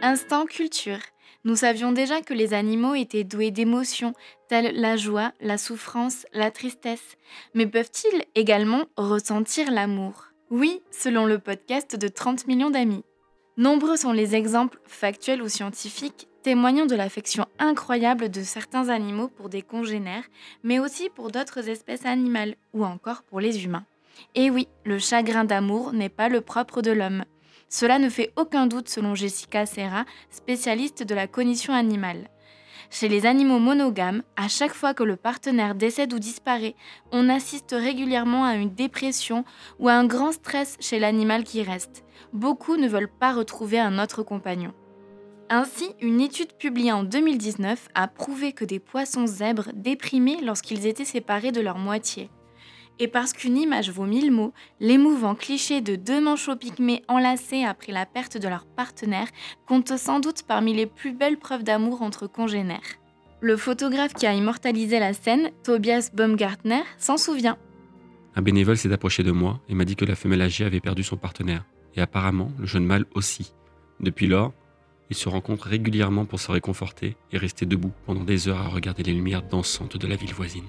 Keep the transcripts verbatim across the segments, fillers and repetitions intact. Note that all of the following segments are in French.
Instant culture. Nous savions déjà que les animaux étaient doués d'émotions, telles la joie, la souffrance, la tristesse. Mais peuvent-ils également ressentir l'amour ? Oui, selon le podcast de trente millions d'amis. Nombreux sont les exemples, factuels ou scientifiques, témoignant de l'affection incroyable de certains animaux pour des congénères, mais aussi pour d'autres espèces animales, ou encore pour les humains. Et oui, le chagrin d'amour n'est pas le propre de l'homme. Cela ne fait aucun doute selon Jessica Serra, spécialiste de la cognition animale. Chez les animaux monogames, à chaque fois que le partenaire décède ou disparaît, on assiste régulièrement à une dépression ou à un grand stress chez l'animal qui reste. Beaucoup ne veulent pas retrouver un autre compagnon. Ainsi, une étude publiée en deux mille dix-neuf a prouvé que des poissons zèbres déprimaient lorsqu'ils étaient séparés de leur moitié. Et parce qu'une image vaut mille mots, l'émouvant cliché de deux manchots pygmées enlacés après la perte de leur partenaire compte sans doute parmi les plus belles preuves d'amour entre congénères. Le photographe qui a immortalisé la scène, Tobias Baumgartner, s'en souvient. Un bénévole s'est approché de moi et m'a dit que la femelle âgée avait perdu son partenaire, et apparemment le jeune mâle aussi. Depuis lors, ils se rencontrent régulièrement pour se réconforter et rester debout pendant des heures à regarder les lumières dansantes de la ville voisine.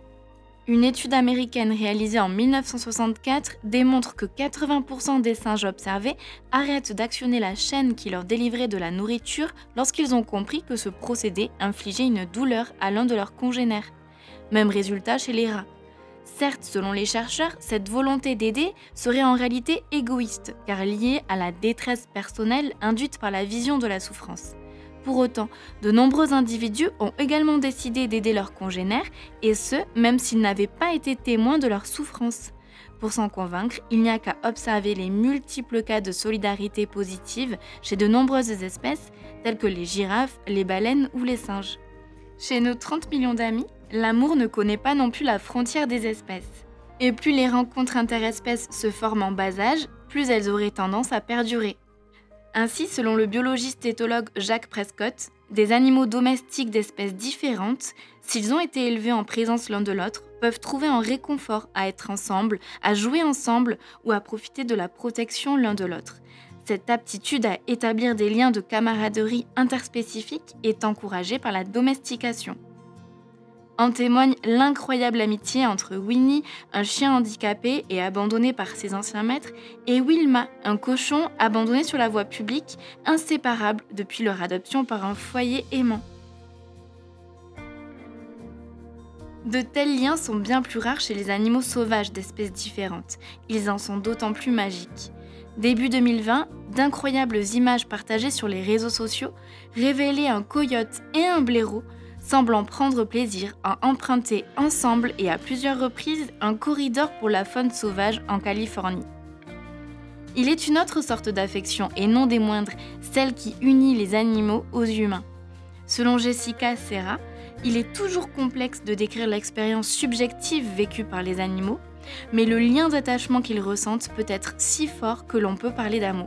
Une étude américaine réalisée en dix-neuf cent soixante-quatre démontre que quatre-vingts pour cent des singes observés arrêtent d'actionner la chaîne qui leur délivrait de la nourriture lorsqu'ils ont compris que ce procédé infligeait une douleur à l'un de leurs congénères. Même résultat chez les rats. Certes, selon les chercheurs, cette volonté d'aider serait en réalité égoïste, car liée à la détresse personnelle induite par la vision de la souffrance. Pour autant, de nombreux individus ont également décidé d'aider leurs congénères, et ce, même s'ils n'avaient pas été témoins de leur souffrance. Pour s'en convaincre, il n'y a qu'à observer les multiples cas de solidarité positive chez de nombreuses espèces, telles que les girafes, les baleines ou les singes. Chez nos trente millions d'amis, l'amour ne connaît pas non plus la frontière des espèces. Et plus les rencontres interespèces se forment en bas âge, plus elles auraient tendance à perdurer. Ainsi, selon le biologiste éthologue Jacques Prescott, des animaux domestiques d'espèces différentes, s'ils ont été élevés en présence l'un de l'autre, peuvent trouver un réconfort à être ensemble, à jouer ensemble ou à profiter de la protection l'un de l'autre. Cette aptitude à établir des liens de camaraderie interspécifiques est encouragée par la domestication. En témoigne l'incroyable amitié entre Winnie, un chien handicapé et abandonné par ses anciens maîtres, et Wilma, un cochon abandonné sur la voie publique, inséparables depuis leur adoption par un foyer aimant. De tels liens sont bien plus rares chez les animaux sauvages d'espèces différentes. Ils en sont d'autant plus magiques. Début deux mille vingt, d'incroyables images partagées sur les réseaux sociaux révélaient un coyote et un blaireau semblant prendre plaisir à emprunter ensemble et à plusieurs reprises un corridor pour la faune sauvage en Californie. Il est une autre sorte d'affection, et non des moindres, celle qui unit les animaux aux humains. Selon Jessica Serra, il est toujours complexe de décrire l'expérience subjective vécue par les animaux, mais le lien d'attachement qu'ils ressentent peut être si fort que l'on peut parler d'amour.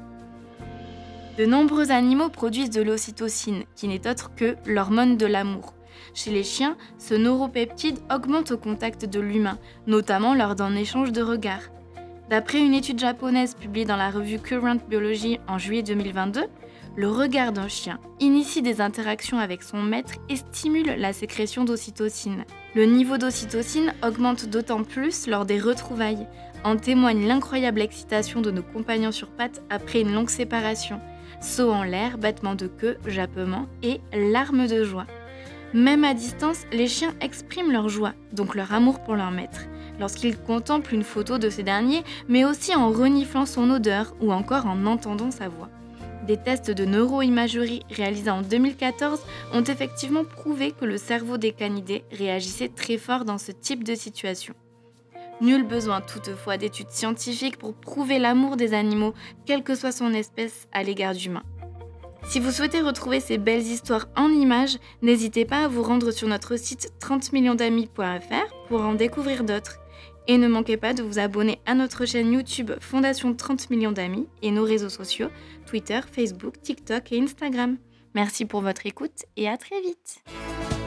De nombreux animaux produisent de l'ocytocine, qui n'est autre que l'hormone de l'amour. Chez les chiens, ce neuropeptide augmente au contact de l'humain, notamment lors d'un échange de regards. D'après une étude japonaise publiée dans la revue Current Biology en juillet deux mille vingt-deux, le regard d'un chien initie des interactions avec son maître et stimule la sécrétion d'ocytocine. Le niveau d'ocytocine augmente d'autant plus lors des retrouvailles. En témoigne l'incroyable excitation de nos compagnons sur pattes après une longue séparation. Saut en l'air, battement de queue, jappement et larmes de joie. Même à distance, les chiens expriment leur joie, donc leur amour pour leur maître, lorsqu'ils contemplent une photo de ces derniers, mais aussi en reniflant son odeur ou encore en entendant sa voix. Des tests de neuroimagerie réalisés en deux mille quatorze ont effectivement prouvé que le cerveau des canidés réagissait très fort dans ce type de situation. Nul besoin toutefois d'études scientifiques pour prouver l'amour des animaux, quelle que soit son espèce, à l'égard d'humains. Si vous souhaitez retrouver ces belles histoires en images, n'hésitez pas à vous rendre sur notre site trente millions d'amis point f r pour en découvrir d'autres. Et ne manquez pas de vous abonner à notre chaîne YouTube Fondation trente millions d'amis et nos réseaux sociaux, Twitter, Facebook, TikTok et Instagram. Merci pour votre écoute et à très vite.